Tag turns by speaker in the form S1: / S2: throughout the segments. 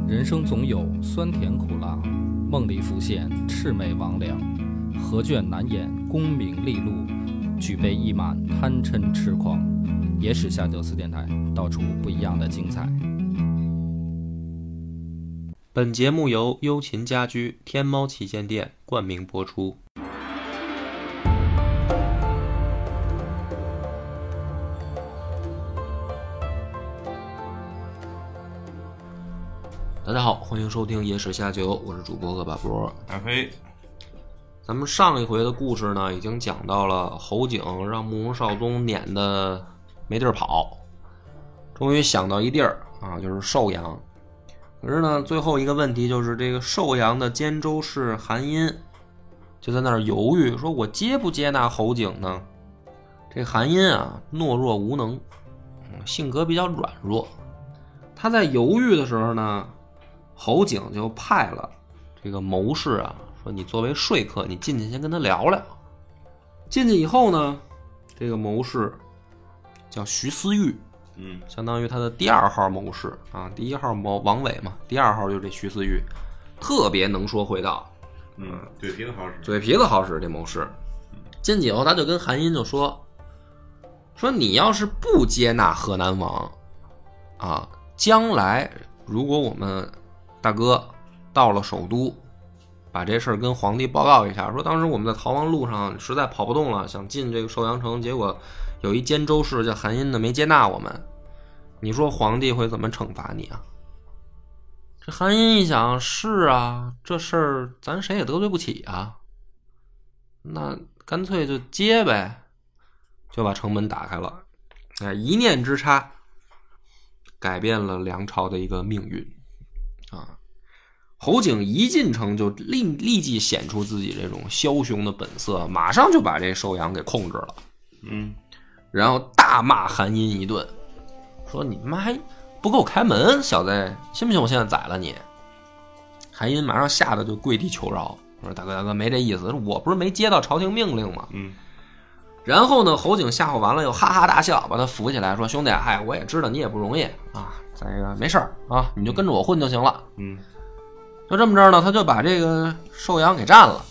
S1: 人生总有酸甜苦辣，梦里浮现魑魅魍魉，何卷难掩功名利禄，举杯一满贪嗔痴狂。野史下酒四电台，道出不一样的精彩。
S2: 本节目由优琴家居天猫旗舰店冠名播出。大家好，欢迎收听野史下酒，我是主播恶把波
S3: 大飞。
S2: 咱们上一回的故事呢，已经讲到了侯景让慕容绍宗撵的没地儿跑，终于想到一地儿啊，就是寿阳。可是呢，最后一个问题就是这个寿阳的监州市韩殷就在那儿犹豫，说我接不接纳侯景呢？这韩殷啊，懦弱无能，性格比较软弱。他在犹豫的时候呢，侯景就派了这个谋士啊，说你作为说客，你进去先跟他聊聊。进去以后呢，这个谋士叫徐思玉，相当于他的第二号谋士啊，第一号王伟嘛，第二号就是这徐思玉，特别能说会道，
S3: 嘴皮子好使，
S2: 嘴皮子好使。这谋士进去以后，他就跟韩殷就说你要是不接纳河南王啊，将来如果我们大哥到了首都，把这事儿跟皇帝报告一下，说当时我们在逃亡路上实在跑不动了，想进这个寿阳城，结果有一监州市叫韩殷的没接纳我们，你说皇帝会怎么惩罚你啊？这韩殷一想，是啊，这事儿咱谁也得罪不起啊，那干脆就接呗，就把城门打开了。一念之差改变了梁朝的一个命运啊！侯景一进城就立即显出自己这种枭雄的本色，马上就把这寿阳给控制了。然后大骂韩殷一顿，说你妈还不给我开门，小子，信不信我现在宰了你？韩殷马上吓得就跪地求饶，说大哥没这意思，我不是没接到朝廷命令吗？然后呢，侯景吓唬完了又哈哈大笑，把他扶起来说，兄弟，我也知道你也不容易啊，这个没事儿啊，你就跟着我混就行了。就这么着呢，他就把这个寿阳给占了。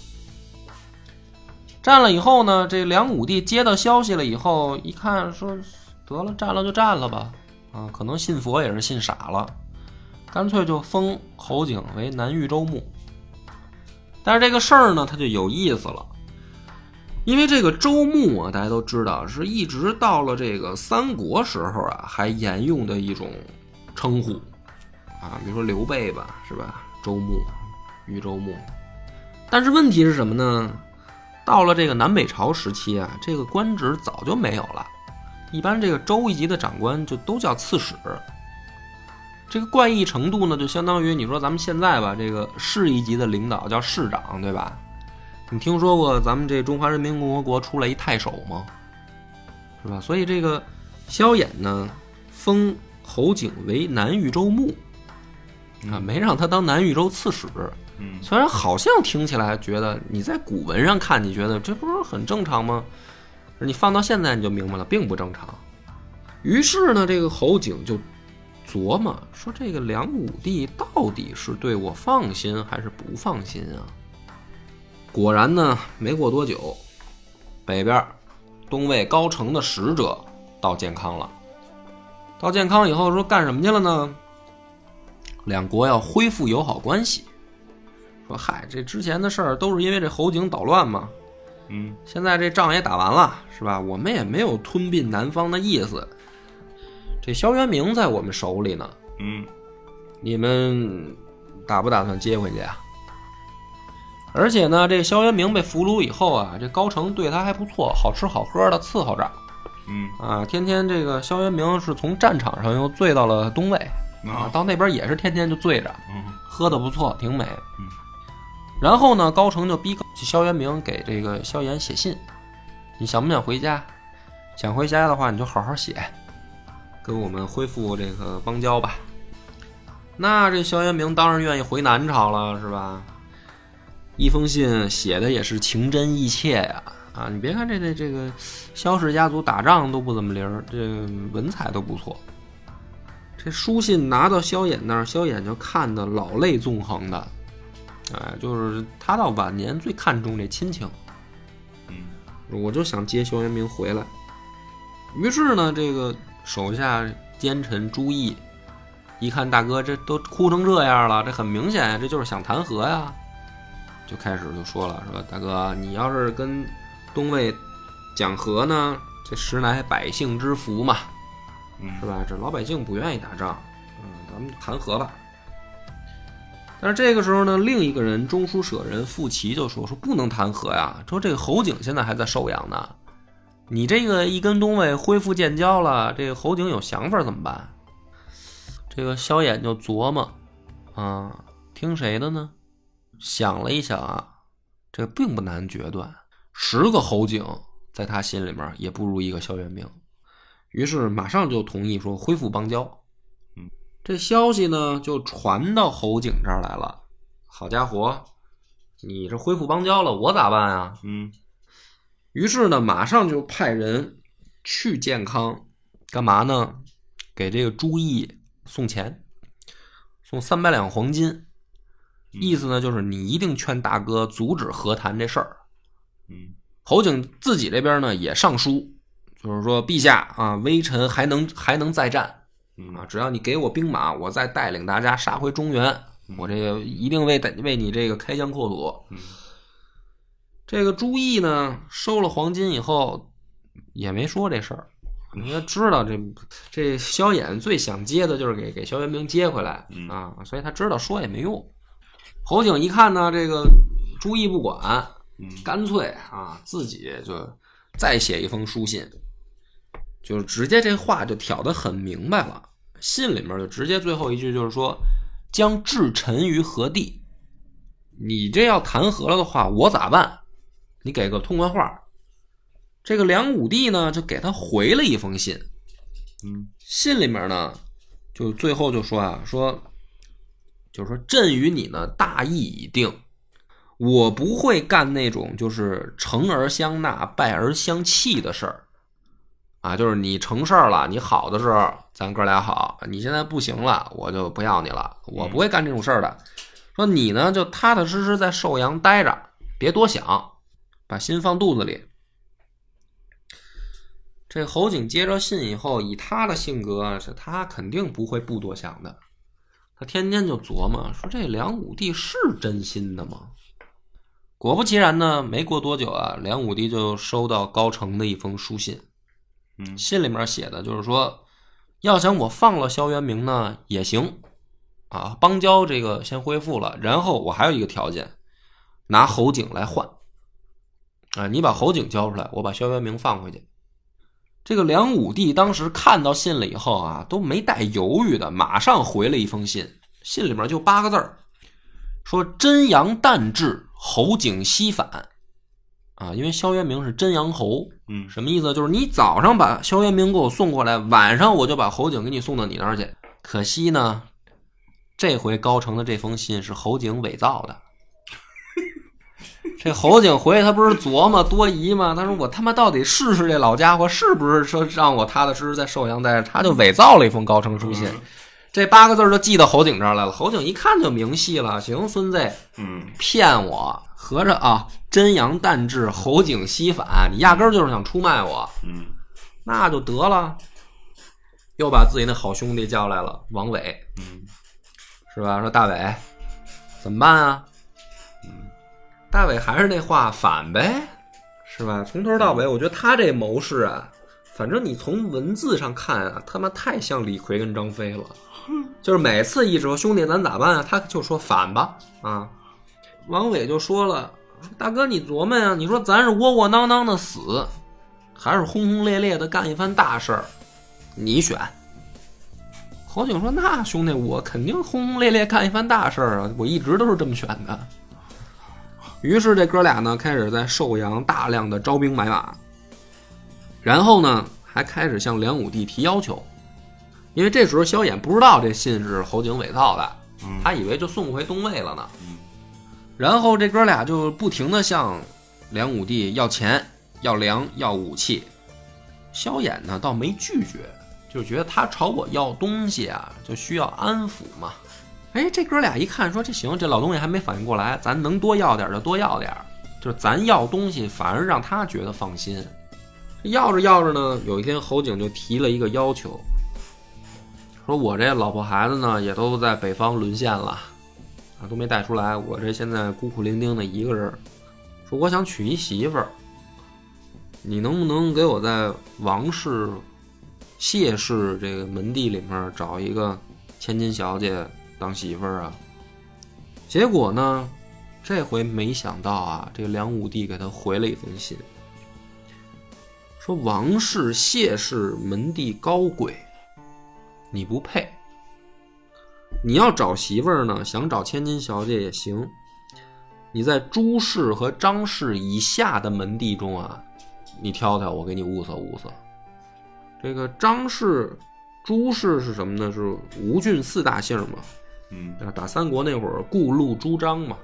S2: 占了以后呢，这梁武帝接到消息了以后，一看说得了，占了就占了吧，啊，可能信佛也是信傻了，干脆就封侯景为南豫州牧。但是这个事儿呢，它就有意思了，因为这个州牧啊，大家都知道是一直到了这个三国时候啊，还沿用的一种称呼啊，比如说刘备吧，是吧？州牧、豫州牧。但是问题是什么呢？到了这个南北朝时期啊，这个官职早就没有了，一般这个州一级的长官就都叫刺史。这个怪异程度呢，就相当于你说咱们现在吧，这个市一级的领导叫市长，对吧？你听说过咱们这中华人民共和国出来一太守吗？是吧？所以这个萧衍呢，封侯景为南豫州牧啊，没让他当南豫州刺史。虽然好像听起来觉得你在古文上看，你觉得这不是很正常吗？你放到现在你就明白了，并不正常。于是呢，这个侯景就琢磨说，这个梁武帝到底是对我放心还是不放心啊？果然呢，没过多久，北边东魏高澄的使者到建康了。到建康以后说干什么去了呢？两国要恢复友好关系。说这之前的事儿都是因为这侯景捣乱嘛。现在这仗也打完了，是吧？我们也没有吞并南方的意思。这萧元明在我们手里呢。你们打不打算接回去啊？而且呢，这萧元明被俘虏以后啊，这高澄对他还不错，好吃好喝的伺候着。天天这个萧元明是从战场上又醉到了东魏啊，到那边也是天天就醉着，喝的不错，挺美。然后呢，高澄就逼萧元明给这个萧衍写信，你想不想回家？想回家的话，你就好好写，跟我们恢复这个邦交吧。那这萧元明当然愿意回南朝了，是吧？一封信写的也是情真意切呀，啊，你别看这个萧氏家族打仗都不怎么灵，这文采都不错。 这书信拿到萧衍那儿，萧衍就看得老泪纵横的，就是他到晚年最看重这亲情。我就想接萧元明回来。于是呢，这个手下奸臣朱毅一看大哥这都哭成这样了，这很明显这就是想谈和呀，就开始就说了，说大哥你要是跟东魏讲和呢，这实乃百姓之福嘛，是吧？这老百姓不愿意打仗，咱们谈和吧。但是这个时候呢，另一个人中书舍人傅齐就说不能谈和呀，说这个侯景现在还在寿阳呢，你这个一跟东魏恢复建交了，这个侯景有想法怎么办？这个萧衍就琢磨听谁的呢？想了一想这个并不难决断，10个侯景在他心里面也不如一个萧元明，于是马上就同意说恢复邦交。这消息呢就传到侯景这儿来了，好家伙，你这恢复邦交了，我咋办啊？于是呢马上就派人去建康，干嘛呢？给这个朱毅送钱，送300两黄金，意思呢就是你一定劝大哥阻止和谈这事儿。侯景自己这边呢也上书，就是说陛下微臣还能再战只要你给我兵马，我再带领大家杀回中原，我这个一定为你这个开疆扩土。这个朱毅呢收了黄金以后也没说这事儿，你要知道这萧衍最想接的就是给萧元明接回来所以他知道说也没用。侯景一看呢，这个朱毅不管，干脆自己就再写一封书信，就是直接这话就挑得很明白了。信里面就直接最后一句就是说，将置臣于何地？你这要谈和了的话，我咋办？你给个通关话。这个梁武帝呢，就给他回了一封信。信里面呢，就最后就说就是说朕与你呢大义已定，我不会干那种就是成而相纳，败而相弃的事儿。就是你成事儿了，你好的时候咱哥俩好，你现在不行了，我就不要你了，我不会干这种事儿的。说你呢就踏踏实实在寿阳待着，别多想，把心放肚子里。这侯景接着信以后，以他的性格他肯定不会不多想的，他天天就琢磨说这梁武帝是真心的吗？果不其然呢，没过多久梁武帝就收到高澄的一封书信。信里面写的就是说，要想我放了萧元明呢也行邦交这个先恢复了，然后我还有一个条件，拿侯景来换你把侯景交出来，我把萧元明放回去。这个梁武帝当时看到信了以后都没带犹豫的，马上回了一封信，信里面就8个字儿，说真阳旦至，侯景西返因为萧元明是真阳侯，什么意思？就是你早上把萧元明给我送过来，晚上我就把侯景给你送到你那儿去。可惜呢，这回高澄的这封信是侯景伪造的。这侯景回去他不是琢磨多疑吗？他说我他妈到底试试这老家伙是不是说让我踏踏实实在寿阳待着，他就伪造了一封高澄书信。这8个字就寄到侯景这儿来了。侯景一看就明细了，行，孙子骗我，合着真阳旦至，侯景西返，你压根儿就是想出卖我。那就得了，又把自己那好兄弟叫来了，王伟，是吧？说大伟怎么办啊？大伟还是那话，反呗，是吧？从头到尾我觉得他这谋士反正你从文字上看他妈太像李逵跟张飞了。就是每次一说兄弟咱咋办他就说反吧王伟就说了，大哥你琢磨呀，你说咱是窝窝囊囊的死，还是轰轰烈烈的干一番大事儿，你选。侯景说那兄弟我肯定轰轰烈烈干一番大事儿我一直都是这么选的。于是这哥俩呢开始在寿阳大量的招兵买马，然后呢还开始向梁武帝提要求。因为这时候萧衍不知道这信是侯景伪造的，他以为就送回东魏了呢。然后这哥俩就不停的向梁武帝要钱、要粮、要武器。萧衍呢倒没拒绝， 就觉得他朝我要东西啊，就需要安抚嘛。哎，这哥俩一看说这行，这老东西还没反应过来，咱能多要点就多要点，就是咱要东西反而让他觉得放心。要着要着呢，有一天侯景就提了一个要求，说我这老婆孩子呢也都在北方沦陷了啊，都没带出来，我这现在孤苦伶仃的一个人，说我想娶一媳妇儿，你能不能给我在王氏谢氏这个门第里面找一个千金小姐当媳妇儿啊？结果呢，这回没想到啊，这个梁武帝给他回了一封信，说王氏谢氏门第高贵，你不配。你要找媳妇儿呢，想找千金小姐也行，你在朱氏和张氏以下的门第中啊，你挑挑，我给你物色物色。这个张氏、朱氏是什么呢？是吴郡四大姓嘛。打三国那会儿，顾陆朱张嘛。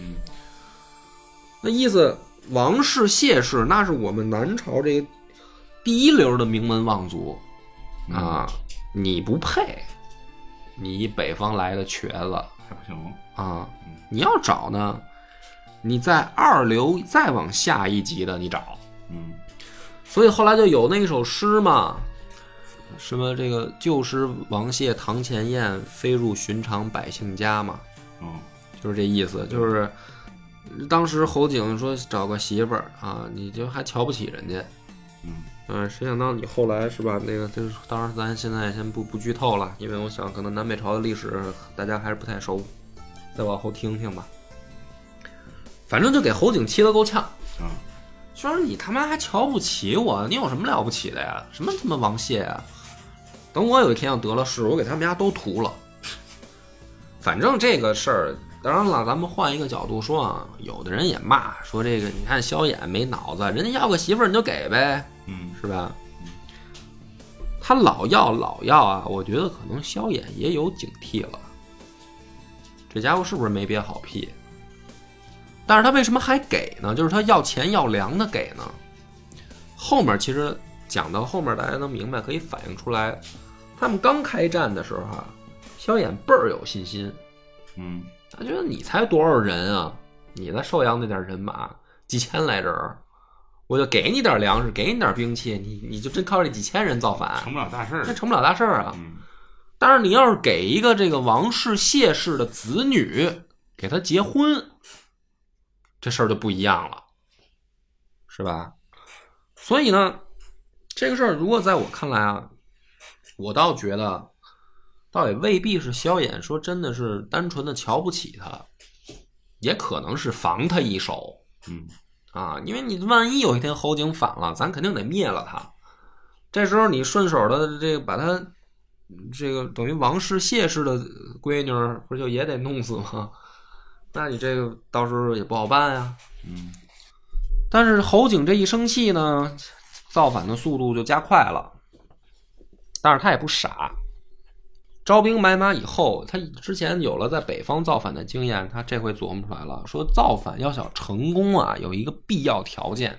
S2: 那意思，王氏、谢氏那是我们南朝这个第一流的名门望族啊，你不配，你北方来的瘸子
S3: 还不行
S2: 啊！你要找呢，你在二流再往下一级的你找。所以后来就有那一首诗嘛，什么这个旧时王谢堂前燕，飞入寻常百姓家嘛。就是这意思，就是当时侯景说找个媳妇儿啊，你就还瞧不起人家。谁想到你后来是吧？那个就是，当然咱现在先不剧透了，因为我想可能南北朝的历史大家还是不太熟，再往后听听吧。反正就给侯景气得够呛。说你他妈还瞧不起我，你有什么了不起的呀？什么他妈王谢呀？等我有一天要得了势，我给他们家都屠了。反正这个事儿，当然了，咱们换一个角度说啊，有的人也骂说这个，你看萧衍没脑子，人家要个媳妇儿你就给呗，是吧？他老要啊，我觉得可能萧衍也有警惕了，这家伙是不是没憋好屁？但是他为什么还给呢？就是他要钱要粮的给呢。后面其实讲到后面，大家能明白，可以反映出来，他们刚开战的时候啊，萧衍倍儿有信心。他觉得你才多少人啊？你在寿阳那点人马几千来人，我就给你点粮食，给你点兵器，你就真靠这几千人造反，
S3: 成不了大事，
S2: 那成不了大事啊。但是你要是给一个这个王氏谢氏的子女给他结婚，这事儿就不一样了，是吧？所以呢，这个事儿如果在我看来啊，我倒觉得倒也未必是萧衍说真的是单纯的瞧不起他，也可能是防他一手。因为你万一有一天侯景反了，咱肯定得灭了他。这时候你顺手的这个把他这个等于王氏谢氏的闺女不就也得弄死吗？那你这个到时候也不好办呀。但是侯景这一生气呢，造反的速度就加快了。但是他也不傻，招兵买马以后，他之前有了在北方造反的经验，他这回琢磨出来了，说造反要想成功啊，有一个必要条件。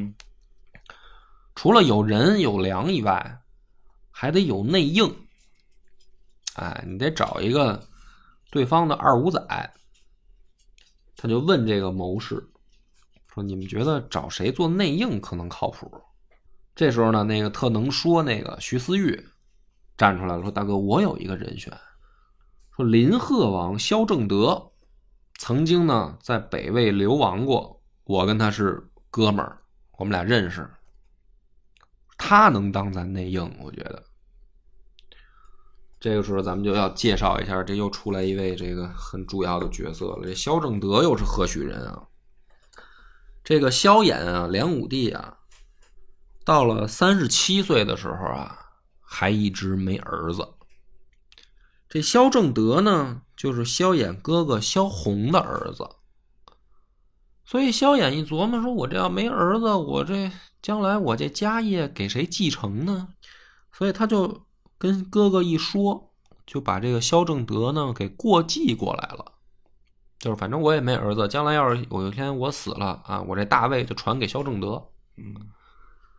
S2: 除了有人有粮以外，还得有内应。你得找一个对方的二五仔。他就问这个谋士说，你们觉得找谁做内应可能靠谱？这时候呢，那个特能说那个徐思玉站出来了，说大哥，我有一个人选。说林贺王萧正德曾经呢在北魏流亡过，我跟他是哥们儿，我们俩认识，他能当咱内应。我觉得这个时候咱们就要介绍一下，这又出来一位这个很主要的角色了。这萧正德又是何许人啊？这个萧衍啊，梁武帝啊，到了37岁的时候啊，还一直没儿子。这萧正德呢，就是萧衍哥哥萧红的儿子。所以萧衍一琢磨说，我这要没儿子，我这将来我这家业给谁继承呢？所以他就跟哥哥一说，就把这个萧正德呢给过继过来了。就是反正我也没儿子，将来要是有一天我死了啊，我这大位就传给萧正德。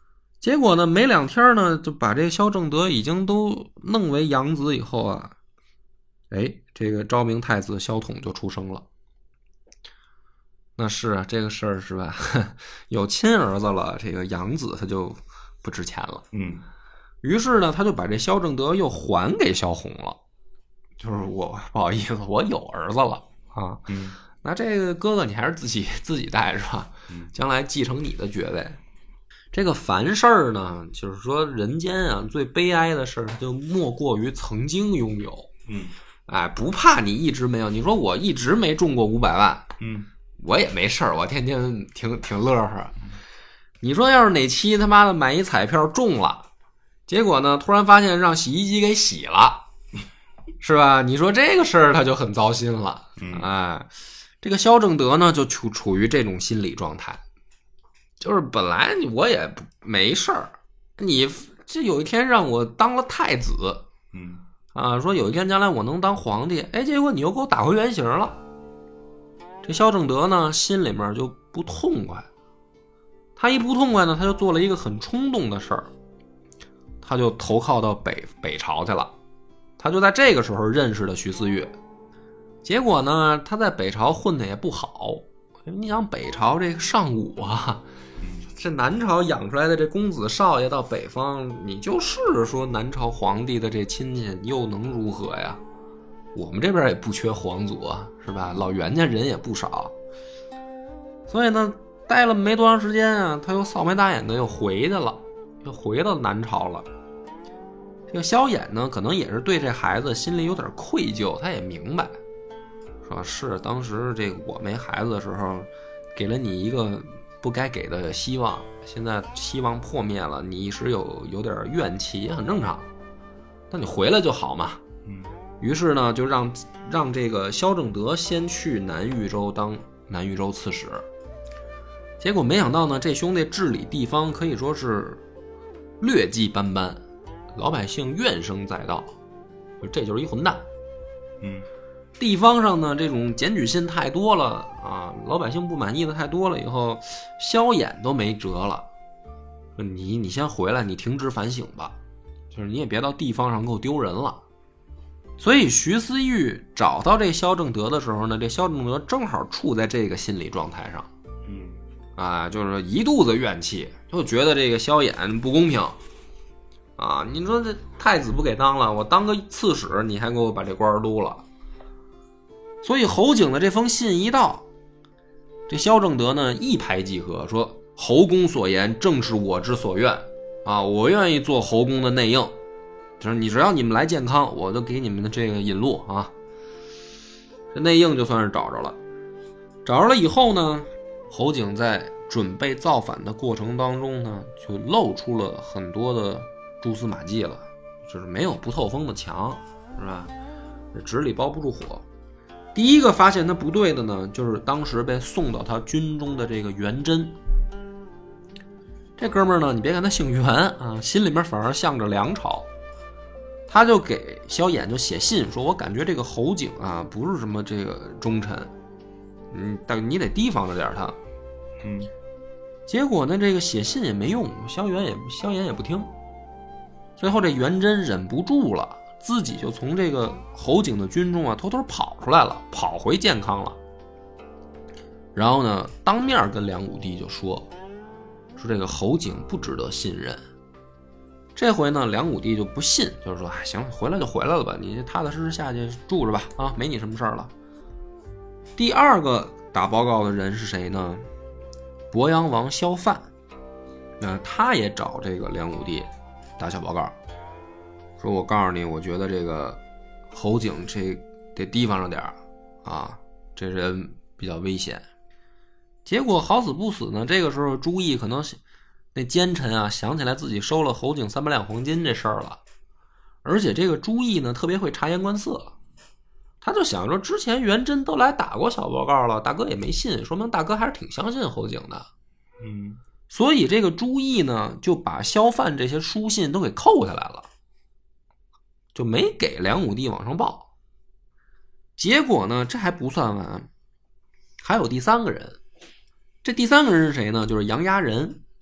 S2: 结果呢，没2天呢，就把这萧正德已经都弄为养子以后啊，这个昭明太子萧统就出生了。那是啊，这个事儿是吧？有亲儿子了，这个养子他就不值钱了。于是呢，他就把这萧正德又还给萧红了，就是我不好意思，我有儿子了啊。那这个哥哥你还是自己带是吧？将来继承你的爵位。这个凡事儿呢，就是说人间啊最悲哀的事就莫过于曾经拥有。不怕你一直没有。你说我一直没中过500万，我也没事儿，我天天挺乐呵。你说要是哪期他妈的买一彩票中了，结果呢突然发现让洗衣机给洗了，是吧？你说这个事儿他就很糟心了。这个萧正德呢就处于这种心理状态，就是本来我也没事儿，你这有一天让我当了太子，说有一天将来我能当皇帝，结果你又给我打回原形了。这萧正德呢心里面就不痛快，他一不痛快呢，他就做了一个很冲动的事儿，他就投靠到北朝去了。他就在这个时候认识了徐思岳。结果呢他在北朝混得也不好，你想北朝这个上武啊，这南朝养出来的这公子少爷到北方，你就是说南朝皇帝的这亲戚又能如何呀？我们这边也不缺皇族啊，是吧？老袁家人也不少。所以呢待了没多长时间啊，他又扫眉打眼的又回去了，又回到南朝了。这个萧衍呢可能也是对这孩子心里有点愧疚，他也明白说是当时这个我没孩子的时候给了你一个不该给的希望，现在希望破灭了，你一时有点怨气也很正常，那你回来就好嘛。于是呢就让这个萧正德先去南豫州当南豫州刺史。结果没想到呢，这兄弟治理地方可以说是劣迹斑斑，老百姓怨声载道，这就是一混蛋。地方上呢这种检举信太多了啊，老百姓不满意的太多了以后，萧衍都没辙了，你先回来，你停职反省吧，就是你也别到地方上给我丢人了。所以徐思玉找到这萧正德的时候呢，这萧正德正好处在这个心理状态上，就是一肚子怨气，就觉得这个萧衍不公平啊！你说这太子不给当了，我当个刺史，你还给我把这官撸了。所以侯景的这封信一到，这萧正德呢一拍即合，说侯公所言正是我之所愿啊，我愿意做侯公的内应，就是你只要你们来健康，我就给你们的这个引路啊。这内应就算是找着了。找着了以后呢，侯景在准备造反的过程当中呢，就露出了很多的蛛丝马迹了，就是没有不透风的墙，是吧？纸里包不住火。第一个发现他不对的呢，就是当时被送到他军中的这个元贞。这哥们儿呢，你别看他姓元啊，心里面反而向着梁朝。他就给萧衍就写信说，我感觉这个侯景啊不是什么这个忠臣，但你得提防着点他。结果呢这个写信也没用，萧衍也不听。最后这元贞忍不住了，自己就从这个侯景的军中啊偷偷跑出来了，跑回健康了。然后呢当面跟梁武帝就说这个侯景不值得信任。这回呢梁武帝就不信，就是说行，回来就回来了吧，你踏踏实实下去住着吧，啊，没你什么事儿了。第二个打报告的人是谁呢？鄱阳王萧范。他也找这个梁武帝打小报告，说我告诉你，我觉得这个侯景这得提防着点啊，这人比较危险。结果好死不死呢，这个时候朱毅可能那奸臣啊想起来自己收了侯景300两黄金这事儿了，而且这个朱毅呢特别会察言观色，他就想说之前元贞都来打过小报告了，大哥也没信，说明大哥还是挺相信侯景的。所以这个朱毅呢就把萧范这些书信都给扣下来了，就没给梁武帝往上报。结果呢这还不算完，还有第三个人。这第三个人是谁呢？就是杨牙仁。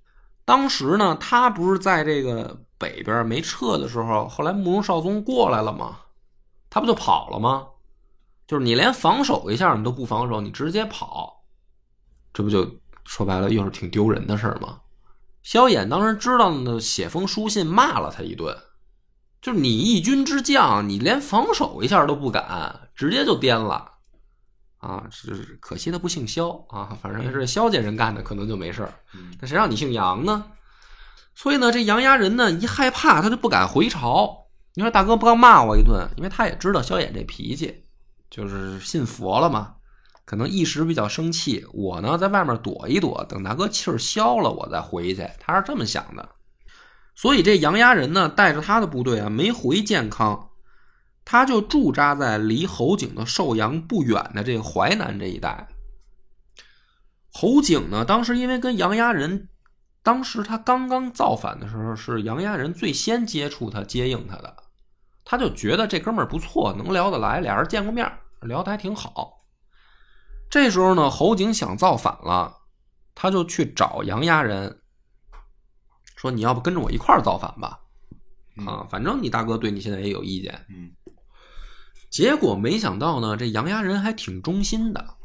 S2: 当时呢，他不是在这个北边没撤的时候，后来慕容绍宗过来了吗？他不就跑了吗？就是你连防守一下你都不防守，你直接跑，这不就说白了又是挺丢人的事儿吗？萧衍当时知道呢，写封书信骂了他一顿，就是你一军之将，你连防守一下都不敢，直接就颠了啊！是可惜他不姓萧啊，反正是萧家人干的，可能就没事儿。那谁让你姓杨呢？所以呢，这杨家人呢一害怕，他就不敢回朝。你说大哥不刚骂我一顿，因为他也知道萧衍这脾气，就是信佛了嘛，可能一时比较生气。我呢在外面躲一躲，等大哥气儿消了，我再回去。他是这么想的。所以这杨家人呢，带着他的部队啊，没回建康，他就驻扎在离侯景的寿阳不远的这个淮南这一带。侯景呢，当时因为跟杨家人，当时他刚刚造反的时候，是杨家人最先接触他、接应他的，他就觉得这哥们儿不错，能聊得来，俩人见过面，聊得还挺好。这时候呢，侯景想造反了，他就去找杨家人。说你要不跟着我一块儿造反吧，啊，反正你大哥对你现在也有意见。结果没想到呢，这杨家人还挺忠心的。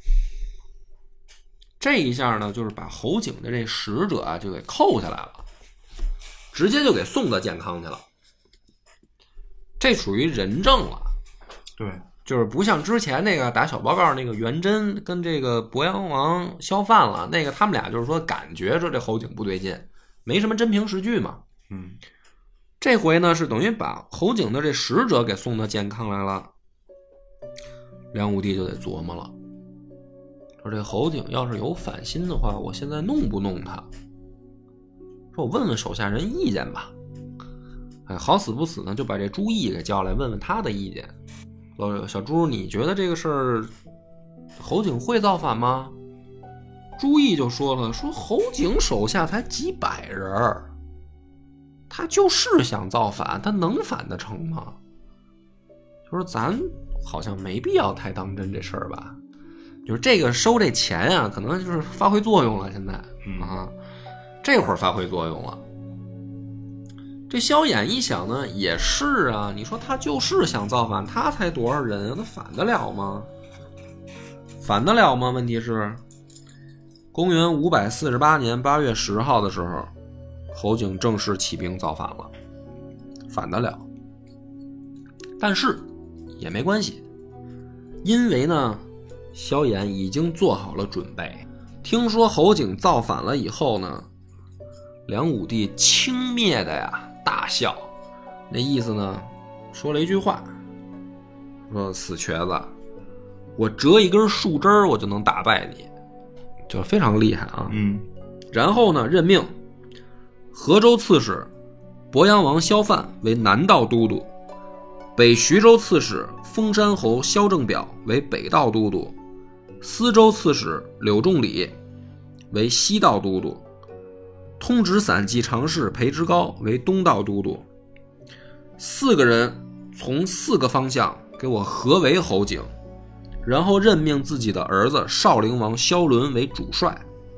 S2: 这一下呢，就是把侯景的这使者啊就给扣下来了，直接就给送到建康去了。这属于人证了。
S3: 对，
S2: 就是不像之前那个打小报告那个元贞跟这个鄱阳王萧范了，那个他们俩就是说感觉说这侯景不对劲。没什么真凭实据嘛。这回呢是等于把侯景的这使者给送到建康来了。梁武帝就得琢磨了，说这侯景要是有反心的话，我现在弄不弄他？说我问问手下人意见吧。好死不死呢，就把这朱毅给叫来问问他的意见。小朱，你觉得这个事儿侯景会造反吗？朱毅就说了，说侯景手下才几百人，他就是想造反，他能反得成吗？就说咱好像没必要太当真这事儿吧。就是这个收这钱啊，可能就是发挥作用了。现在啊，这会儿发挥作用了。这萧衍一想呢，也是啊，你说他就是想造反，他才多少人啊，他反得了吗？反得了吗？问题是公元548年8月10号的时候，侯景正式起兵造反了，反得了。但是也没关系，因为呢，萧衍已经做好了准备。听说侯景造反了以后呢，梁武帝轻蔑的呀大笑，那意思呢，说了一句话，说死瘸子，我折一根树枝我就能打败你。就非常厉害啊。然后呢，任命河州刺史鄱阳王萧范为南道都督，北徐州刺史封山侯萧正表为北道都督，司州刺史柳仲礼为西道都督，通直散骑常侍裴之高为东道都督。4个人从4个方向给我合围侯景，然后任命自己的儿子少陵王萧伦为主帅，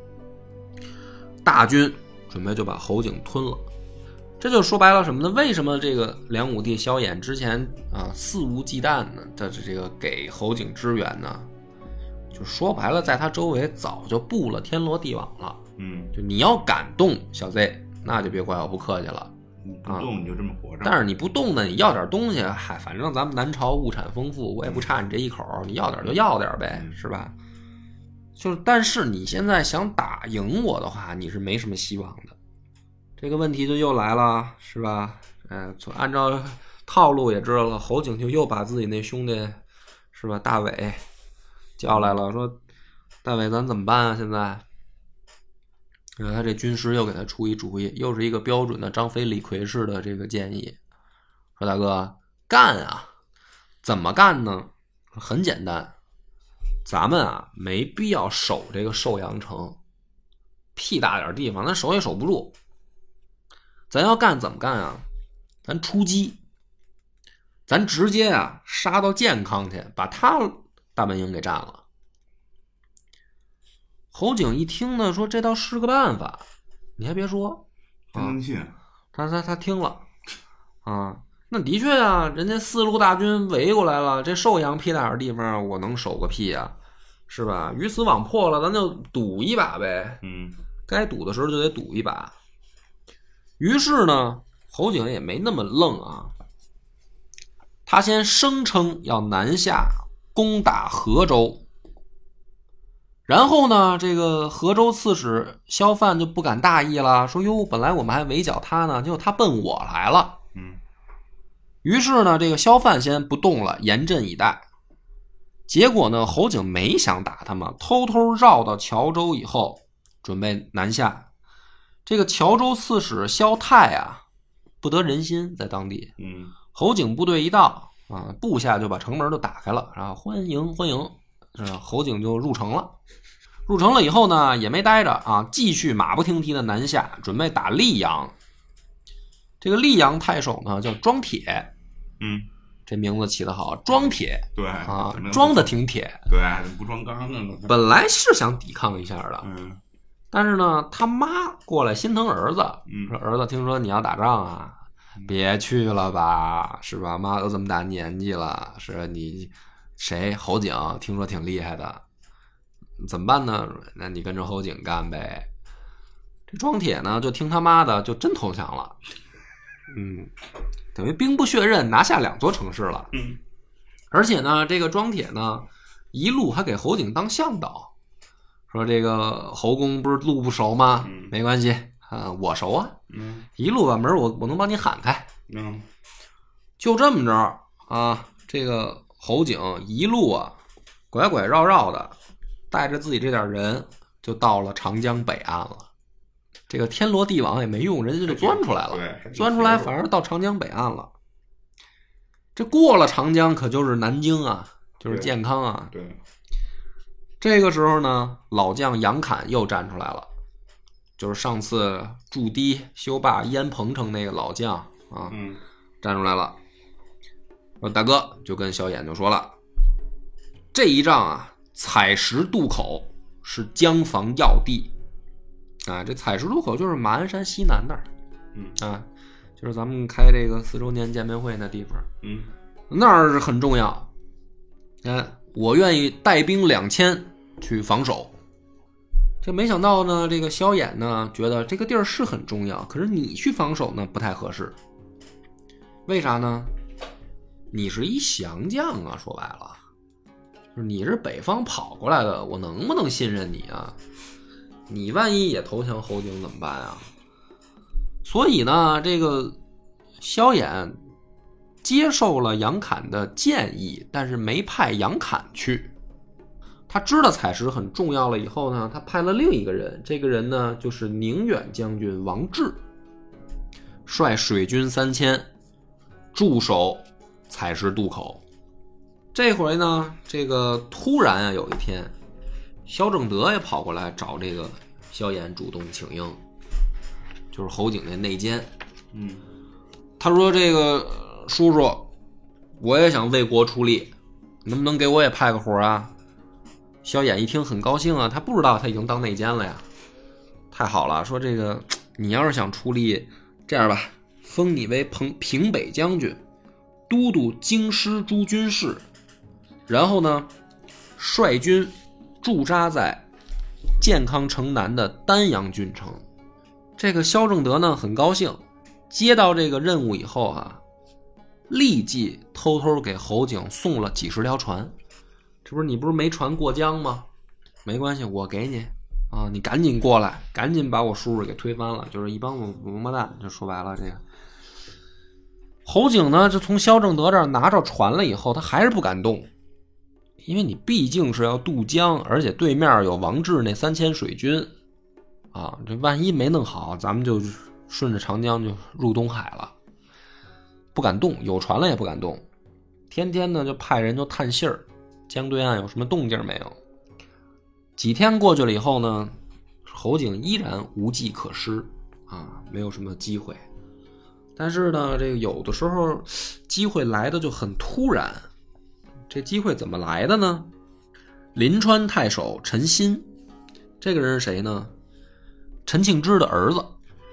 S2: 大军准备就把侯景吞了。这就说白了什么呢？为什么这个梁武帝萧衍之前啊肆无忌惮呢的这个给侯景支援呢？就说白了，在他周围早就布了天罗地网了。就你要敢动小 Z， 那就别怪我不客气了。
S3: 不动你就这么活着。
S2: 但是你不动呢，你要点东西，嗨，反正咱们南朝物产丰富，我也不差你这一口，你要点就要点呗，是吧？就是，但是你现在想打赢我的话，你是没什么希望的。这个问题就又来了，是吧？按照套路也知道了，侯景就又把自己那兄弟，是吧，大伟叫来了，说大伟咱怎么办啊？现在。他这军师又给他出一主意，又是一个标准的张飞李逵式的这个建议，说大哥干啊！怎么干呢？很简单，咱们啊没必要守这个寿阳城，屁大点地方咱守也守不住。咱要干怎么干啊？咱出击，咱直接啊杀到建康去，把他大本营给占了。侯景一听呢，说这倒是个办法。你还别说，
S3: 真信。
S2: 他听了啊，那的确啊，人家四路大军围过来了，这瘦羊屁大点地方我能守个屁啊，是吧？鱼死网破了，咱就赌一把呗。该赌的时候就得赌一把。于是呢，侯景也没那么愣啊，他先声称要南下攻打河州。然后呢，这个河州刺史萧范就不敢大意了，说哟，本来我们还围剿他呢，结果他奔我来了。于是呢，这个萧范先不动了，严阵以待。结果呢，侯景没想打他们，偷偷绕到谯州以后，准备南下。这个谯州刺史萧泰啊，不得人心，在当地。侯景部队一到啊，部下就把城门都打开了，然后欢迎欢迎，侯景就入城了。入城了以后呢，也没待着啊，继续马不停蹄的南下，准备打溧阳。这个溧阳太守呢叫庄铁，这名字起得好，庄铁，
S3: 对
S2: 啊，装的挺铁，
S3: 对，不装刚呢。
S2: 本来是想抵抗一下的，但是呢，他妈过来心疼儿子，说儿子，听说你要打仗啊，别去了吧，是吧？妈都这么大年纪了，是你谁侯景，听说挺厉害的，怎么办呢？那你跟着侯景干呗。这庄铁呢，就听他妈的，就真投降了。等于兵不血刃，拿下2座城市了。而且呢，这个庄铁呢，一路还给侯景当向导，说这个侯公不是路不熟吗？没关系啊，我熟啊。一路把门我能帮你喊开。就这么着啊，这个侯景一路啊，拐拐绕绕的，带着自己这点人，就到了长江北岸了。这个天罗地网也没用，人家就钻出来了，钻出来反而到长江北岸了。这过了长江可就是南京啊，就是健康啊。
S3: 对，
S2: 这个时候呢，老将杨侃又站出来了，就是上次筑堤修坝淹彭城那个老将啊，站出来了。说大哥，就跟萧衍就说了，这一仗啊，采石渡口是江防要地。啊，这采石渡口就是马鞍山西南那儿，啊，就是咱们开这个4周年见面会那地方，那儿是很重要。我愿意带兵2000去防守。这没想到呢，这个萧衍呢，觉得这个地儿是很重要，可是你去防守呢不太合适。为啥呢？你是一降将啊，说白了，就是你是北方跑过来的，我能不能信任你啊？你万一也投降侯景怎么办啊？所以呢，这个萧衍接受了杨侃的建议，但是没派杨侃去。他知道采石很重要了以后呢，他派了另一个人，这个人呢就是宁远将军王志，率水军3000驻守采石渡口。这回呢，这个突然啊，有一天萧正德也跑过来找这个萧衍主动请缨，就是侯景那内奸。他说这个叔叔，我也想为国出力，能不能给我也派个活啊？萧衍一听很高兴啊，他不知道他已经当内奸了呀。太好了，说这个你要是想出力，这样吧，封你为平北将军，都督京师诸军事，然后呢率军驻扎在健康城南的丹阳郡城。这个萧正德呢很高兴，接到这个任务以后啊，立即偷偷给侯景送了几十条船。这不是你不是没船过江吗？没关系，我给你啊，你赶紧过来，赶紧把我叔叔给推翻了，就是一帮王八蛋。就说白了，这个侯景呢，就从萧正德这儿拿着船了以后，他还是不敢动，因为你毕竟是要渡江，而且对面有王志那3000水军啊，这万一没弄好，咱们就顺着长江就入东海了，不敢动，有船了也不敢动。天天呢就派人就探信儿，江对岸有什么动静没有。几天过去了以后呢，侯景依然无计可施啊，没有什么机会。但是呢，这个有的时候机会来的就很突然。这机会怎么来的呢？临川太守陈新，这个人是谁呢？陈庆之的儿子。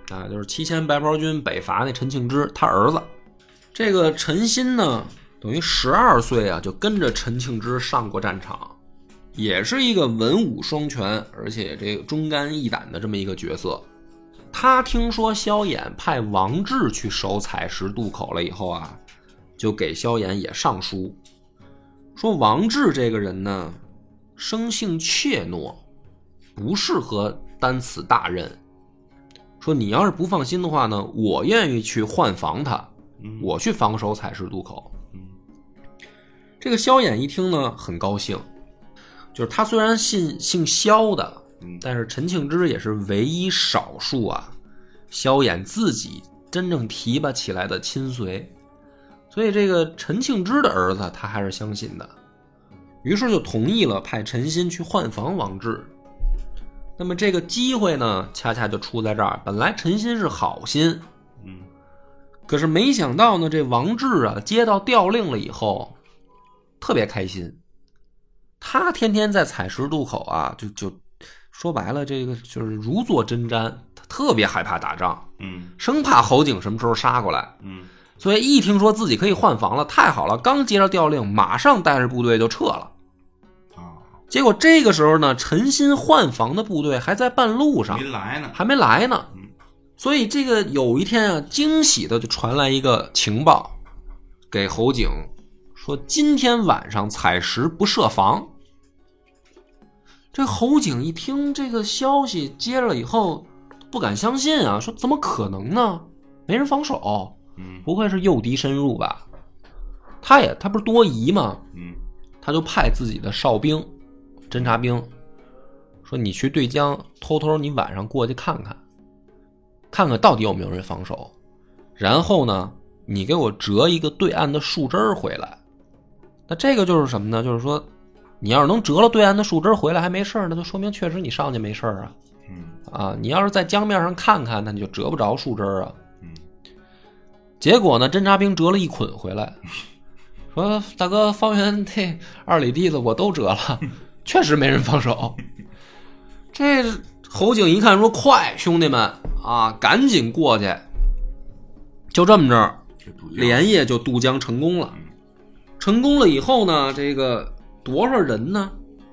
S2: 啊，就是7千白袍军北伐那陈庆之他儿子。这个陈新呢，等于12岁啊，就跟着陈庆之上过战场，也是一个文武双全，而且这个忠肝义胆的这么一个角色。他听说萧衍派王志去守采石渡口了以后啊，就给萧衍也上书，说王志这个人呢，生性怯懦，不适合担此大任。说你要是不放心的话呢，我愿意去换防他，我去防守采石渡口。这个萧衍一听呢，很高兴，就是他虽然姓萧的，但是陈庆之也是唯一少数啊，萧衍自己真正提拔起来的亲随，所以这个陈庆之的儿子他还是相信的，于是就同意了派陈新去换防王志。那么这个机会呢，恰恰就出在这儿。本来陈新是好心，可是没想到呢，这王志啊接到调令了以后，特别开心。他天天在采石渡口啊，就说白了，这个就是如坐针毡，他特别害怕打仗，生怕侯景什么时候杀过来，所以一听说自己可以换防了，太好了，刚接到调令，马上带着部队就撤了。结果这个时候呢，陈新换防的部队还在半路上，还没来呢。所以这个有一天啊，惊喜的就传来一个情报给侯景，说今天晚上采石不设防。这侯景一听这个消息接了以后，不敢相信啊，说怎么可能呢？没人防守，不会是诱敌深入吧？他不是多疑吗？他就派自己的哨兵、侦察兵说，你去对江偷偷你晚上过去看看到底有没有人防守，然后呢你给我折一个对岸的树枝回来。那这个就是什么呢？就是说你要是能折了对岸的树枝回来还没事，那就说明确实你上去没事啊。你要是在江面上看看，那你就折不着树枝啊。结果呢，侦察兵折了一捆回来，说大哥，方圆这2里地子我都折了，确实没人防守。这侯景一看说，快兄弟们啊，赶紧过去。就这么着连夜就渡江成功了。成功了以后呢，这个多少人呢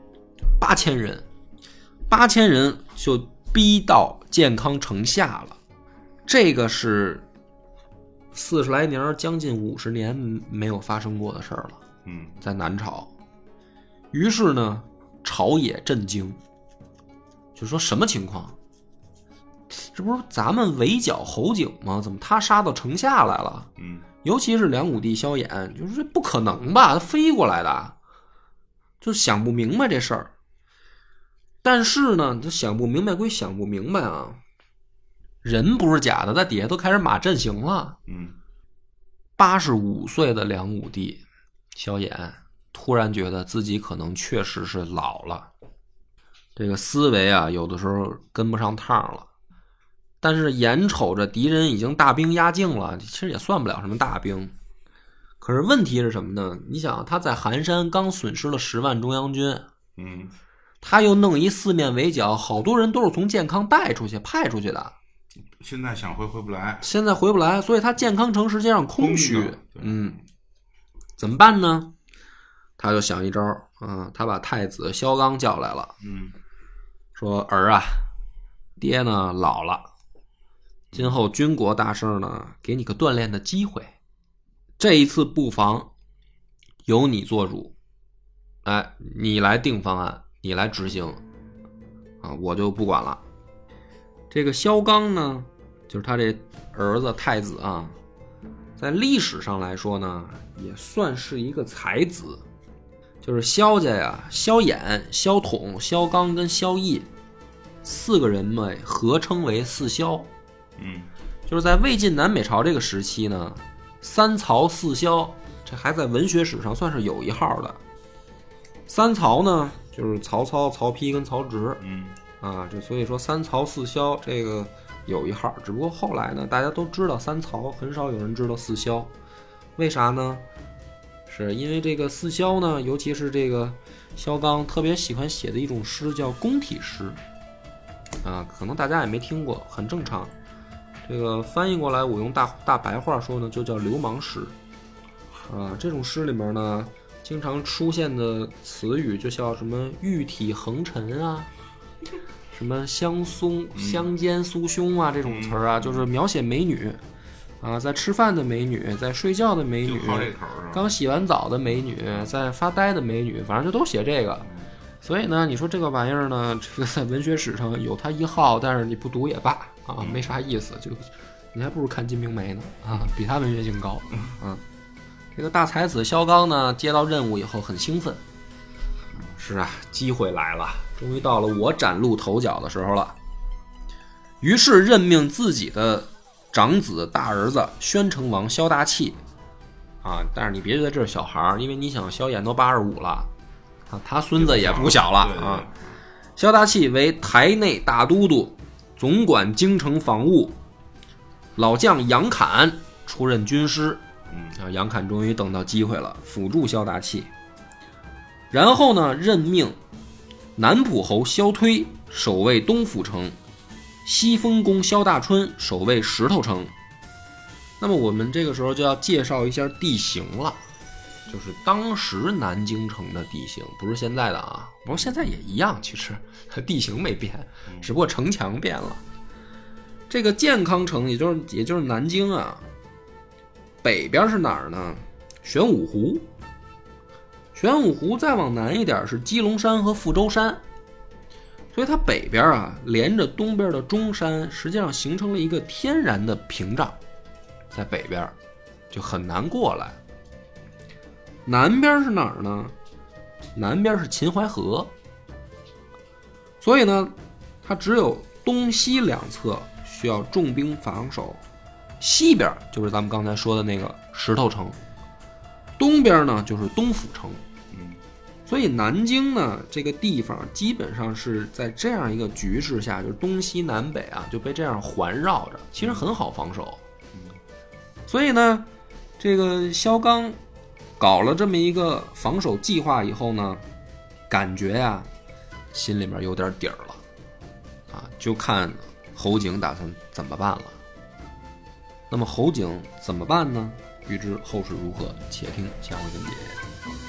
S2: ？8000人，8000人就逼到建康城下了。这个是40来年，将近50年没有发生过的事儿了。在南朝。于是呢，朝野震惊，就说什么情况？这不是咱们围剿侯景吗？怎么他杀到城下来了？尤其是梁武帝萧衍，就是不可能吧？他飞过来的，就想不明白这事儿。但是呢，他想不明白归想不明白啊，人不是假的，在底下都开始马阵型了。85岁的梁武帝萧衍突然觉得自己可能确实是老了，这个思维啊，有的时候跟不上趟了。但是眼瞅着敌人已经大兵压境了，其实也算不了什么大兵。可是问题是什么呢？你想他在寒山刚损失了10万中央军，他又弄一4面围剿，好多人都是从建康带出去派出去的，
S3: 现在想回不来，
S2: 现在回不来，所以他建康城实际上空虚。怎么办呢？他就想一招啊，他把太子萧纲叫来了，说儿啊，爹呢老了，今后军国大事呢，给你个锻炼的机会。这一次布防由你做主，你来定方案，你来执行啊，我就不管了。这个萧纲呢，就是他这儿子太子啊，在历史上来说呢，也算是一个才子。就是萧家呀，萧衍、萧统、萧纲跟萧绎4个人嘛，合称为4萧。就是在魏晋南北朝这个时期呢，3曹4萧，这还在文学史上算是有一号的。3曹呢，就是曹操、曹丕跟曹植。这所以说3曹4萧这个有一号，只不过后来呢，大家都知道3曹，很少有人知道4萧。为啥呢？是因为这个4萧呢，尤其是这个萧纲特别喜欢写的一种诗叫宫体诗可能大家也没听过，很正常。 这个翻译过来，我用大白话说呢，就叫流氓诗。这种诗里面呢，经常出现的词语就叫什么玉体横陈啊，什么香肩酥胸啊，这种词儿啊，就是描写美女啊，在吃饭的美女，在睡觉的美女，刚洗完澡的美女，在发呆的美女，反正就都写这个。所以呢，你说这个玩意儿呢，这个在文学史上有它一号，但是你不读也罢啊，没啥意思。就你还不如看《金瓶梅》呢啊，比他文学性高啊。这个大才子萧纲呢，接到任务以后很兴奋，是啊，机会来了，终于到了我崭露头角的时候了。于是任命自己的长子大儿子宣城王萧大器啊，但是你别觉得这是小孩，因为你想萧衍都85了。他孙子也不小了啊！萧大器为台内大都督，总管京城防务。老将杨侃出任军师，杨侃终于等到机会了，辅助萧大器。然后呢，任命南浦侯萧推守卫东府城，西丰公萧大春守卫石头城。那么我们这个时候就要介绍一下地形了。就是当时南京城的地形，不是现在的啊，不过现在也一样，其实地形没变，只不过城墙变了。这个建康城，也就是南京啊，北边是哪儿呢？玄武湖。玄武湖再往南一点是基隆山和富州山，所以它北边啊连着东边的中山，实际上形成了一个天然的屏障，在北边就很难过来。南边是哪儿呢？南边是秦淮河，所以呢，它只有东西两侧需要重兵防守，西边就是咱们刚才说的那个石头城，东边呢就是东府城。所以南京呢这个地方基本上是在这样一个局势下，就是东西南北啊就被这样环绕着，其实很好防守。所以呢，这个萧纲搞了这么一个防守计划以后呢，感觉呀心里面有点底儿了啊，就看侯景打算怎么办了。那么侯景怎么办呢？欲知后事如何，且听下回分解。